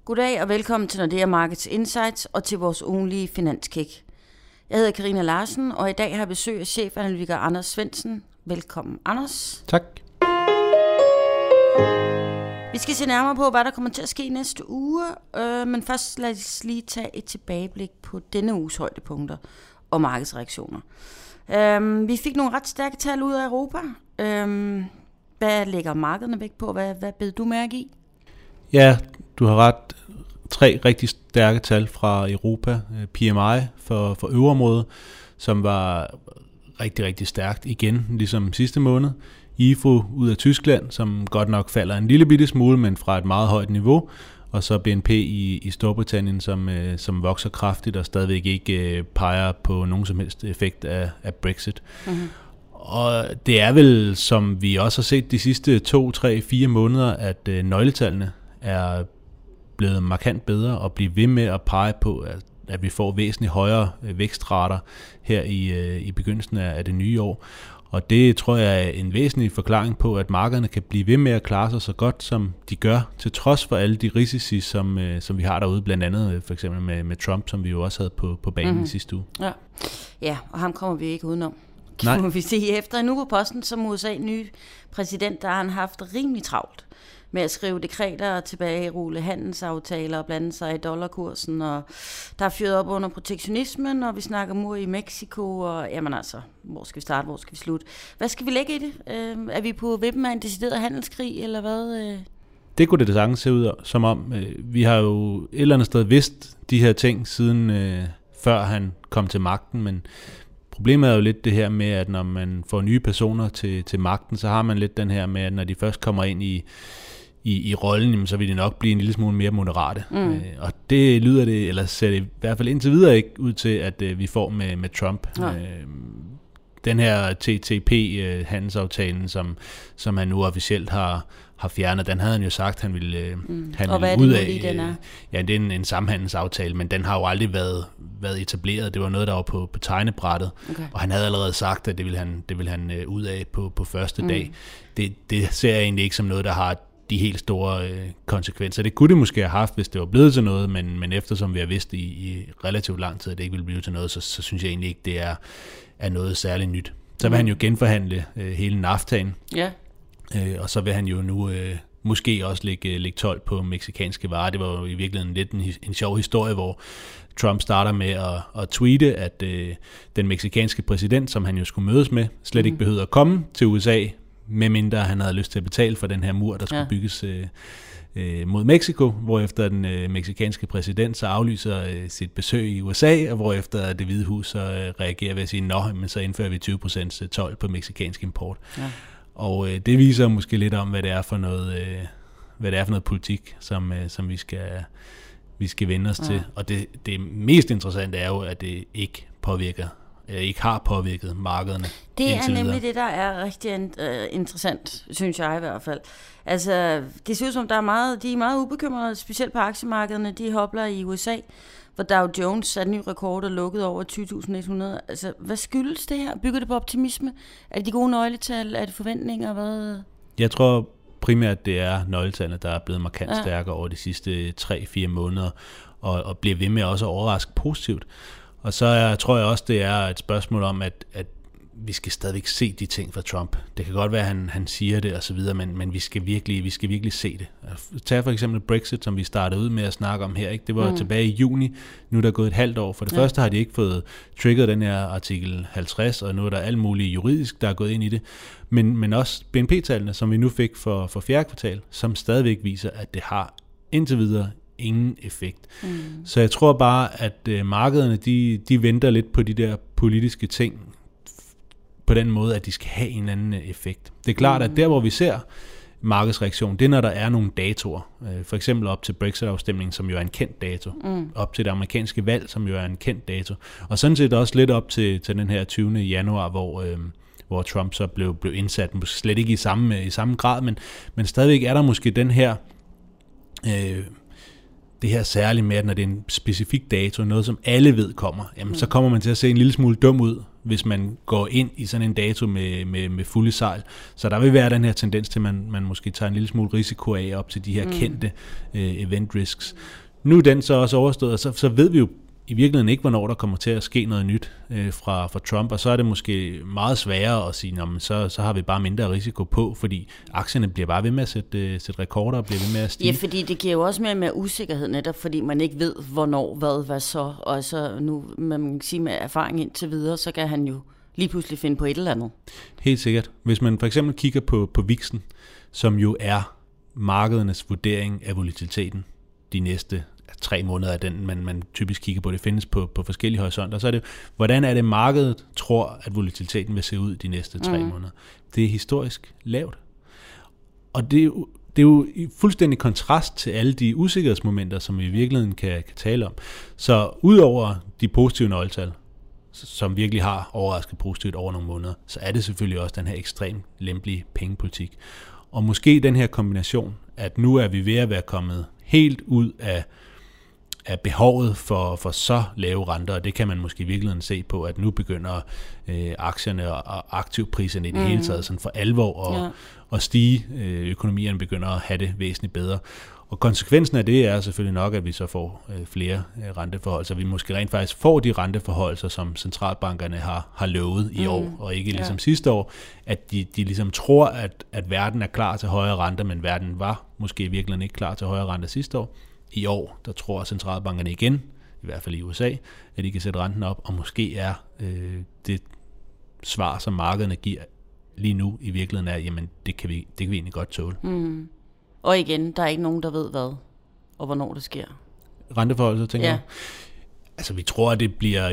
Goddag og velkommen til Nordea Markets Insights og til vores ugenlige finanskick. Jeg hedder Karina Larsen, og i dag har jeg besøg af chefanalytiker Anders Svendsen. Velkommen, Anders. Tak. Vi skal se nærmere på, hvad der kommer til at ske næste uge, men først lad os lige tage et tilbageblik på denne uges højdepunkter og markedsreaktioner. Vi fik nogle ret stærke tal ud af Europa. Hvad lægger markederne vægt på? Hvad bed du mærke i? Ja, du har ret. 3 rigtig stærke tal fra Europa. PMI for øvreområdet, som var rigtig, rigtig stærkt igen, ligesom sidste måned. IFO ud af Tyskland, som godt nok falder en lille bitte smule, men fra et meget højt niveau. Og så BNP i Storbritannien, som vokser kraftigt og stadigvæk ikke peger på nogen som helst effekt af Brexit. Mm-hmm. Og det er vel, som vi også har set de sidste 2, 3, 4 måneder, at nøgletallene er blevet markant bedre og blive ved med at pege på, at vi får væsentligt højere vækstrater her i begyndelsen af det nye år. Og det tror jeg er en væsentlig forklaring på, at markederne kan blive ved med at klare sig så godt, som de gør, til trods for alle de risici, som vi har derude, blandt andet for eksempel med Trump, som vi jo også havde på banen i sidste uge. Ja, og ham kommer vi ikke udenom. Nej. Må vi se efter nu på posten som USA nye præsident, der har han haft rimelig travlt med at skrive dekreter og tilbagerulle handelsaftaler og blande sig i dollarkursen, og der er fyret op under protektionismen, og vi snakker mur i Mexico, og jamen altså, hvor skal vi starte, hvor skal vi slutte? Hvad skal vi lægge i det? Er vi på vippen af en decideret handelskrig, eller hvad? Det kunne det sagtens se ud som om. Vi har jo et eller andet sted vidst de her ting, siden før han kom til magten, men problemet er jo lidt det her med, at når man får nye personer til magten, så har man lidt den her med, at når de først kommer ind i rollen, så vil de nok blive en lille smule mere moderate. Og det lyder det, eller ser det i hvert fald indtil videre ikke ud til, at vi får med Trump. Den her TTP-handelsaftalen, som han nu officielt har fjernet, den havde han jo sagt, han ville ud af. Den er? Ja, det er en samhandelsaftale, men den har jo aldrig været etableret. Det var noget, der var på tegnebrættet, okay. Og han havde allerede sagt, at det ville han ud af på første dag. Det ser jeg egentlig ikke som noget, der har de helt store konsekvenser. Det kunne det måske have haft, hvis det var blevet til noget, men eftersom vi har vidst i relativt lang tid, at det ikke ville blive til noget, så synes jeg egentlig ikke, det er noget særligt nyt. Så vil han jo genforhandle hele NAFTA'en, ja. Og så vil han jo nu måske også lægge 12 på mexicanske varer. Det var jo i virkeligheden lidt en sjov historie, hvor Trump starter med at tweete, at den mexicanske præsident, som han jo skulle mødes med, slet ikke behøvede at komme til USA, medmindre han havde lyst til at betale for den her mur, der skulle bygges mod Mexico, hvorefter den mexicanske præsident så aflyser sit besøg i USA, og hvorefter Det Hvide Hus så reagerer ved at sige, men så indfører vi 20% told på mexicansk import. Ja. Og det viser måske lidt om, hvad det er for noget politik, som vi skal vende os til. Og det mest interessante er jo, at det ikke har påvirket markederne. Det er nemlig det, der er rigtig interessant, synes jeg i hvert fald. Altså, det ser ud som, de er meget ubekymrede, specielt på aktiemarkederne. De hopler i USA, hvor Dow Jones satte ny rekord og lukkede over 20.100. Altså, hvad skyldes det her? Bygger det på optimisme? Er det de gode nøgletal? Er det forventninger? Hvad? Jeg tror primært, det er nøgletallene, der er blevet markant stærkere over de sidste 3-4 måneder, og bliver ved med også at overraske positivt. Og så tror jeg også, det er et spørgsmål om, at vi skal stadigvæk se de ting fra Trump. Det kan godt være, at han siger det og så videre, men vi skal virkelig se det. Tag for eksempel Brexit, som vi startede ud med at snakke om her. Ikke? Det var tilbage i juni. Nu er der gået et halvt år. For det første har de ikke fået trigget den her artikel 50, og nu er der alt muligt juridisk, der er gået ind i det. Men også BNP-tallene, som vi nu fik for fjerde kvartal, som stadigvæk viser, at det har indtil videre ingen effekt. Så jeg tror bare, at markederne, de venter lidt på de der politiske ting, på den måde, at de skal have en anden effekt. Det er klart, at der, hvor vi ser markedsreaktion, det er, når der er nogle datoer. For eksempel op til Brexit-afstemningen, som jo er en kendt dato. Op til det amerikanske valg, som jo er en kendt dato. Og sådan set også lidt op til den her 20. januar, hvor Trump så blev indsat, måske slet ikke i samme grad, men stadigvæk er der måske den her det her særligt med, at når det er en specifik dato, noget som alle ved kommer, jamen, så kommer man til at se en lille smule dum ud, hvis man går ind i sådan en dato med fulde sejl. Så der vil være den her tendens til, at man måske tager en lille smule risiko af op til de her kendte event risks. Nu er den så også overstået, og så ved vi jo i virkeligheden ikke, hvornår der kommer til at ske noget nyt fra Trump, og så er det måske meget sværere at sige, så har vi bare mindre risiko på, fordi aktierne bliver bare ved med at sætte rekorder og bliver ved med at stige. Ja, fordi det giver jo også mere usikkerhed netop, fordi man ikke ved, hvornår, hvad så, og så nu, man kan sige med erfaring indtil videre, så kan han jo lige pludselig finde på et eller andet. Helt sikkert. Hvis man for eksempel kigger på VIX'en, som jo er markedernes vurdering af volatiliteten de næste 3 måneder af den, man typisk kigger på. Det findes på forskellige horisonter. Så er det, hvordan er det markedet tror, at volatiliteten vil se ud de næste 3 måneder. Det er historisk lavt. Og det er jo i fuldstændig kontrast til alle de usikkerhedsmomenter, som vi i virkeligheden kan tale om. Så udover de positive nøgletal, som virkelig har overrasket positivt over nogle måneder, så er det selvfølgelig også den her ekstremt lempelige pengepolitik. Og måske den her kombination, at nu er vi ved at være kommet helt ud af behovet for så lave renter, og det kan man måske i virkeligheden se på, at nu begynder aktierne og aktivpriserne i det hele taget sådan for alvor at stige. Økonomierne begynder at have det væsentligt bedre. Og konsekvensen af det er selvfølgelig nok, at vi så får flere renteforhold, så vi måske rent faktisk får de renteforhold, som centralbankerne har lovet i år, og ikke ligesom sidste år, at de ligesom tror, at verden er klar til højere renter, men verden var måske virkelig ikke klar til højere renter sidste år. I år, der tror centralbankerne igen, i hvert fald i USA, at de kan sætte renten op, og måske er det svar, som markederne giver lige nu, i virkeligheden er, jamen det kan vi egentlig godt tåle. Og igen, der er ikke nogen, der ved hvad, og hvornår det sker. Renteforhold, så tænker jeg? Altså, vi tror, at det bliver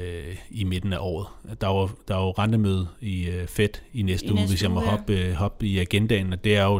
i midten af året. Der er jo rentemøde i Fed i næste uge, hvis jeg må hoppe i agendaen, og det er jo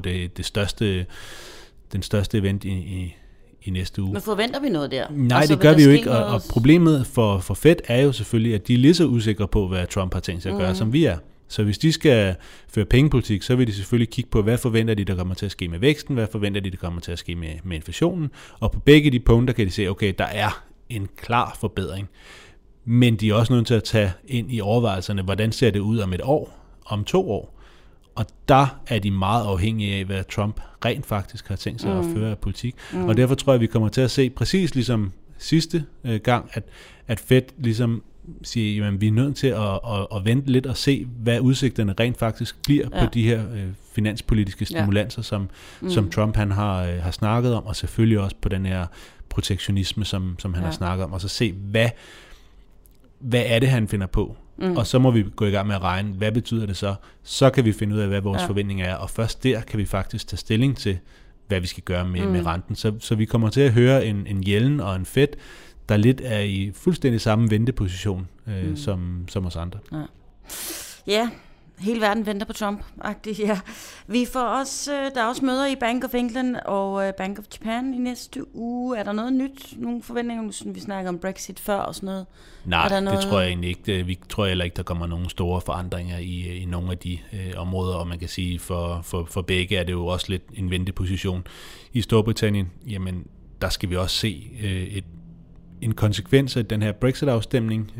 den største event i næste uge. Men forventer vi noget der? Nej, altså, det gør vi jo ikke, og problemet for Fed er jo selvfølgelig, at de er lige så usikre på, hvad Trump har tænkt sig at gøre, som vi er. Så hvis de skal føre pengepolitik, så vil de selvfølgelig kigge på, hvad forventer de, der kommer til at ske med væksten, hvad forventer de, der kommer til at ske med inflationen, og på begge de punkter kan de se, okay, der er en klar forbedring, men de er også nødt til at tage ind i overvejelserne, hvordan ser det ud om 1 år, om 2 år, og der er de meget afhængige af, hvad Trump rent faktisk har tænkt sig at føre af politik, og derfor tror jeg, vi kommer til at se præcis ligesom sidste gang, at Fed ligesom siger, jamen vi er nødt til at vente lidt og se, hvad udsigterne rent faktisk bliver på de her finanspolitiske stimulanser, som Trump han har snakket om, og selvfølgelig også på den her protektionisme, som han har snakket om, og så se, hvad er det, han finder på. Og så må vi gå i gang med at regne, hvad betyder det så? Så kan vi finde ud af, hvad vores forventninger er, og først der kan vi faktisk tage stilling til, hvad vi skal gøre med renten. Så vi kommer til at høre en Yellen og en Fed, der lidt er i fuldstændig samme venteposition som os andre. Ja, hele verden venter på Trump-agtigt, ja. Vi får også, der er også møder i Bank of England og Bank of Japan i næste uge. Er der noget nyt? Nogle forventninger? Vi snakker om Brexit før og sådan noget. Nej, det tror jeg egentlig ikke. Vi tror heller ikke, der kommer nogle store forandringer i nogle af de områder, og man kan sige, for begge er det jo også lidt en venteposition. I Storbritannien, jamen, der skal vi også se en konsekvens af den her Brexit-afstemning.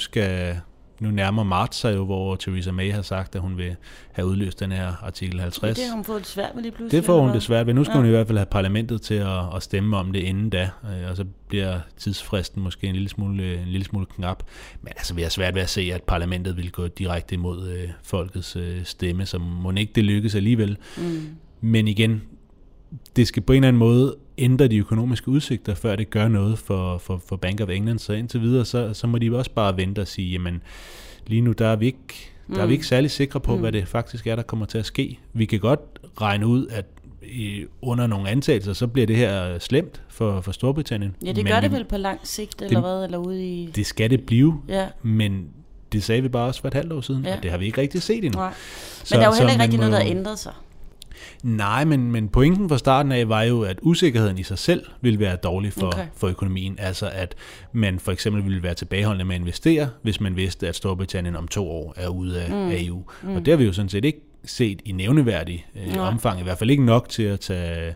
Nu nærmer marts sig jo, hvor Theresa May har sagt, at hun vil have udløst den her artikel 50. Det har hun fået det svært ved lige pludselig. Det får hun det svært ved. Nu skal hun i hvert fald have parlamentet til at stemme om det inden da, og så bliver tidsfristen måske en lille smule knap. Men altså, vi har svært ved at se, at parlamentet vil gå direkte imod folkets stemme, så må ikke det lykkes alligevel. Men igen, det skal på en eller anden måde ændre de økonomiske udsigter, før det gør noget for Bank of England. Så indtil videre, så må de også bare vente og sige, jamen lige nu der er vi ikke særlig sikre på, hvad det faktisk er, der kommer til at ske. Vi kan godt regne ud, at under nogle antagelser, så bliver det her slemt for Storbritannien. Ja, det gør det vel på lang sigt, eller hvad? Eller ude i... Det skal det blive, men det sagde vi bare også for et halvt år siden, og det har vi ikke rigtig set endnu. Nej. Men der er jo heller ikke rigtig noget, der har ændret sig. Nej, men pointen fra starten af var jo, at usikkerheden i sig selv ville være dårlig for økonomien. Altså at man for eksempel ville være tilbageholdende med at investere, hvis man vidste, at Storbritannien om 2 år er ude af EU. Og det har vi jo sådan set ikke set i nævneværdig omfang, i hvert fald ikke nok til at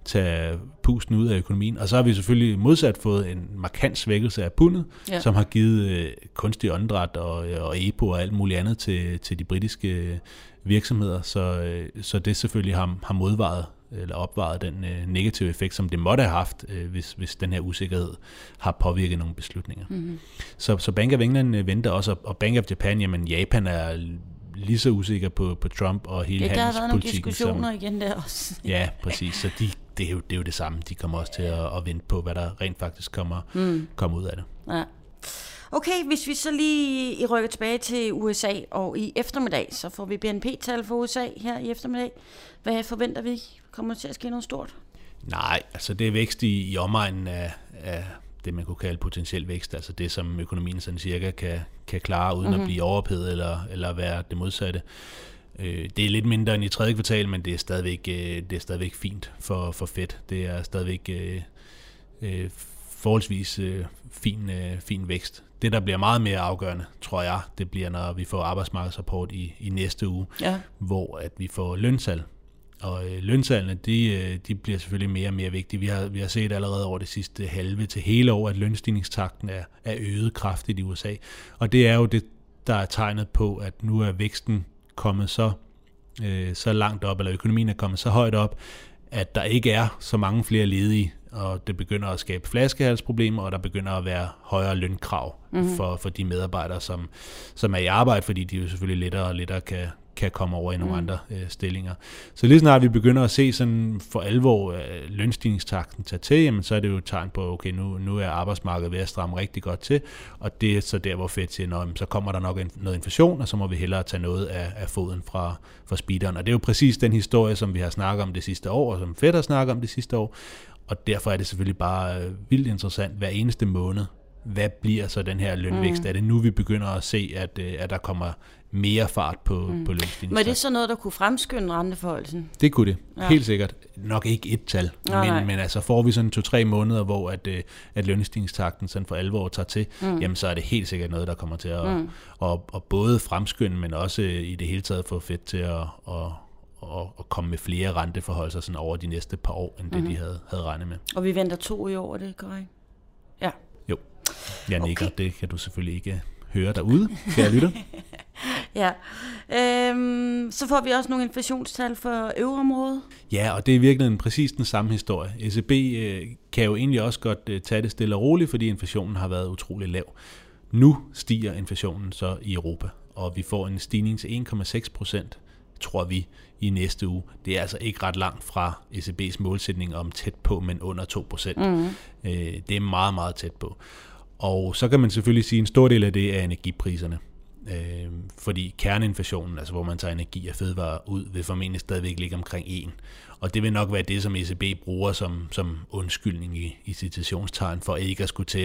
tage pusten ud af økonomien. Og så har vi selvfølgelig modsat fået en markant svækkelse af pundet, som har givet kunstig åndedræt og EPO og alt muligt andet til de britiske virksomheder. Så det selvfølgelig har modvejet eller opvejet den negative effekt, som det måtte have haft, hvis den her usikkerhed har påvirket nogle beslutninger. Mm-hmm. Så Bank of England venter også, og Bank of Japan, jamen Japan er lige så usikker på Trump og hele handelspolitikken. Der har været nogle diskussioner igen der også. Ja, præcis. Så det er jo det samme. De kommer også til at vente på, hvad der rent faktisk kommer ud af det. Ja. Okay, hvis vi så lige rykker tilbage til USA og i eftermiddag, så får vi BNP-tal for USA her i eftermiddag. Hvad forventer vi? Kommer der til at ske noget stort? Nej, altså det er vækst i omegnen af det, man kunne kalde potentiel vækst, altså det, som økonomien sådan cirka kan klare, uden at blive overophedet eller være det modsatte. Det er lidt mindre end i tredje kvartal, men det er stadigvæk fint for Fed. Det er stadigvæk forholdsvis fin vækst. Det, der bliver meget mere afgørende, tror jeg, det bliver, når vi får arbejdsmarkedsrapport i næste uge, hvor at vi får løntal. Og løntallene, de bliver selvfølgelig mere og mere vigtige. Vi har set allerede over det sidste halve til hele år, at lønstigningstakten er øget kraftigt i USA. Og det er jo det, der er tegnet på, at nu er væksten kommet så langt op, eller økonomien er kommet så højt op, at der ikke er så mange flere ledige, og det begynder at skabe flaskehalsproblemer, og der begynder at være højere lønkrav for de medarbejdere, som er i arbejde, fordi de jo selvfølgelig lettere og lettere kan komme over i nogle andre stillinger. Så lige snart vi begynder at se sådan for alvor lønstigningstakten tage til, jamen så er det jo et tegn på, okay, nu er arbejdsmarkedet ved at stramme rigtig godt til, og det er så der, hvor Fed siger, så kommer der nok noget inflation, og så må vi hellere tage noget af foden fra speederen. Og det er jo præcis den historie, som vi har snakket om det sidste år, og som Fed har snakket om det sidste år, og derfor er det selvfølgelig bare vildt interessant hver eneste måned. Hvad bliver så den her lønvækst? Er det nu, vi begynder at se, at der kommer mere fart på lønstigningstakten? Men det er så noget, der kunne fremskynde renteforholdelsen? Det kunne det. Ja. Helt sikkert. Nok ikke et tal. Men altså får vi sådan 2-3 måneder, hvor at lønstigningstakten sådan for alvor tager til, jamen så er det helt sikkert noget, der kommer til at både fremskynde, men også i det hele taget få Fed til at komme med flere renteforholdelser sådan over de næste par år, end det de havde regnet med. Og vi venter 2 i år, er det korrekt? Ja. Jo. Jeg nikker. Okay. Det kan du selvfølgelig ikke høre derude, kære lytter. Ja. Så får vi også nogle inflationstal for euroområdet. Ja, og det er virkelig præcis den samme historie. ECB kan jo egentlig også godt tage det stille og roligt, fordi inflationen har været utrolig lav. Nu stiger inflationen så i Europa, og vi får en stigning til 1,6%, tror vi, i næste uge. Det er altså ikke ret langt fra ECB's målsætning om tæt på, men under 2%. Det er meget, meget tæt på. Og så kan man selvfølgelig sige, at en stor del af det er energipriserne. Fordi kerneinflationen, altså hvor man tager energi og fødevarer ud, vil formentlig stadigvæk ligge omkring 1. Og det vil nok være det, som ECB bruger som undskyldning i citationstegn for ikke at skulle til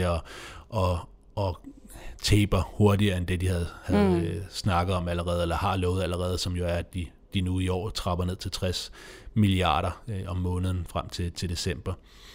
at taper hurtigere end det, de havde snakket om allerede, eller har lovet allerede, som jo er, at de nu i år trapper ned til 60 milliarder om måneden frem til december.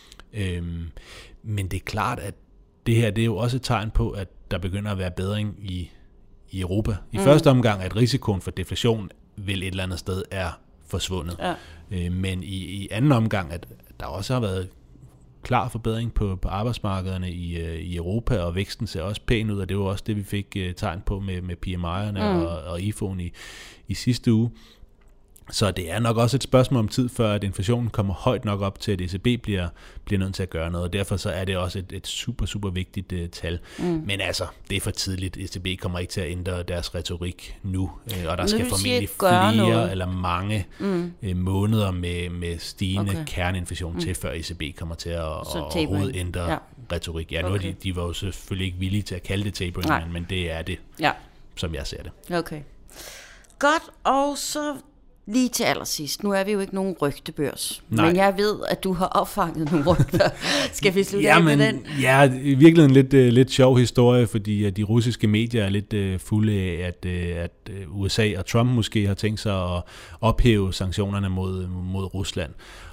Men det er klart, at det her det er jo også et tegn på, at der begynder at være bedring i Europa. I første omgang, at risikoen for deflation vel et eller andet sted er forsvundet. Ja. Men i anden omgang, at der også har været klar forbedring på arbejdsmarkederne i Europa, og væksten ser også pæn ud, og det var også det, vi fik tegn på med PMI'erne og IFO'en i sidste uge. Så det er nok også et spørgsmål om tid, før at inflationen kommer højt nok op til, at ECB bliver nødt til at gøre noget, og derfor så er det også et super, super vigtigt tal. Men altså, det er for tidligt. ECB kommer ikke til at ændre deres retorik nu, og der skal formentlig flere eller mange måneder med stigende kerneinflation til, før ECB kommer til at overhovedet ændre retorik. Ja, nu er de var jo selvfølgelig ikke villige til at kalde det tapering, men det er det, som jeg ser det. Okay. Godt, og så lige til allersidst. Nu er vi jo ikke nogen rygtebørs, men jeg ved, at du har opfanget nogle rygter. Skal vi slutte af med den? Ja, i virkeligheden en lidt sjov historie, fordi de russiske medier er lidt fulde af, at USA og Trump måske har tænkt sig at ophæve sanktionerne mod Rusland.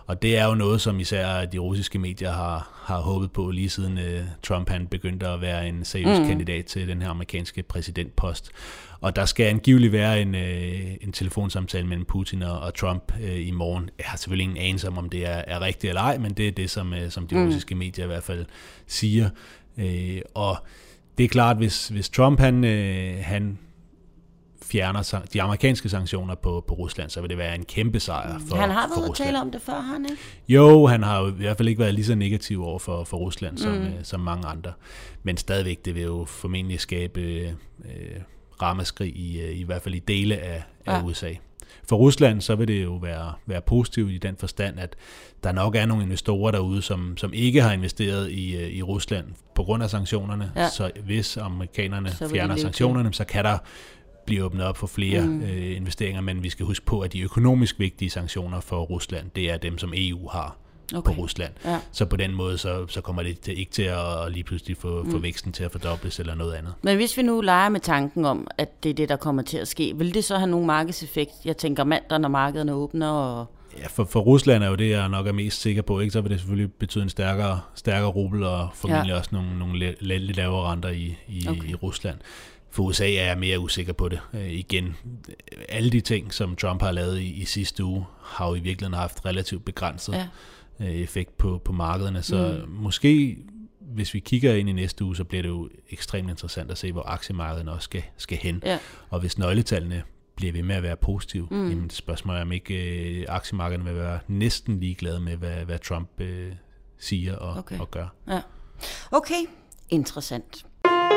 Og det er jo noget, som især de russiske medier har håbet på, lige siden Trump han begyndte at være en seriøs kandidat til den her amerikanske præsidentpost. Og der skal angiveligt være en telefonsamtale mellem Putin og Trump i morgen. Jeg har selvfølgelig ingen anelse om det er rigtigt eller ej, men det er det, som de russiske medier i hvert fald siger. Og det er klart, hvis Trump han fjerner de amerikanske sanktioner på Rusland, så vil det være en kæmpe sejr for Rusland. Han har været at tale om det før, han ikke? Jo, han har jo i hvert fald ikke været lige så negativ over for Rusland som mange andre. Men stadigvæk, det vil jo formentlig skabe ramaskrig i hvert fald i dele af USA. For Rusland, så vil det jo være positivt i den forstand, at der nok er nogle investorer derude, som ikke har investeret i Rusland på grund af sanktionerne. Ja. Så hvis amerikanerne fjerner sanktionerne, så kan der blive åbnet op for flere investeringer, men vi skal huske på, at de økonomisk vigtige sanktioner for Rusland, det er dem, som EU har på Rusland. Ja. Så på den måde, så kommer det ikke til at lige pludselig få væksten til at fordobles eller noget andet. Men hvis vi nu leger med tanken om, at det er det, der kommer til at ske, vil det så have nogen markedseffekt? Jeg tænker mandag, når markederne åbner og... Ja, for Rusland er jo det, jeg nok er mest sikker på, ikke? Så vil det selvfølgelig betyde en stærkere rubel og formentlig også nogle lidt lavere renter i Rusland. For USA er jeg mere usikker på det. Igen, alle de ting, som Trump har lavet i sidste uge, har jo i virkeligheden haft relativt begrænset effekt på markederne. Så måske, hvis vi kigger ind i næste uge, så bliver det jo ekstremt interessant at se, hvor aktiemarkederne også skal hen. Ja. Og hvis nøgletallene bliver ved med at være positive, jamen spørgsmålet er, om ikke aktiemarkederne vil være næsten ligeglade med, hvad Trump siger og gør. Ja. Okay, interessant.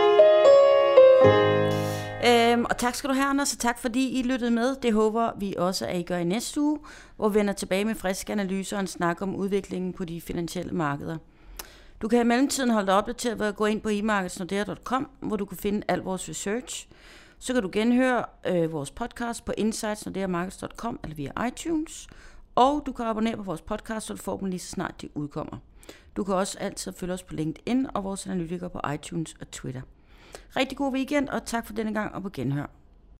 Og tak skal du have, Anders, og tak fordi I lyttede med. Det håber vi også, at I gør i næste uge, hvor vi vender tilbage med friske analyser og en snak om udviklingen på de finansielle markeder. Du kan i mellemtiden holde dig opdateret ved at gå ind på emarketsnordea.com, hvor du kan finde al vores research. Så kan du genhøre vores podcast på insightsnordeamarkets.com eller via iTunes. Og du kan abonnere på vores podcast, så du får dem lige så snart de udkommer. Du kan også altid følge os på LinkedIn og vores analytikere på iTunes og Twitter. Rigtig god weekend, og tak for denne gang, og på genhør.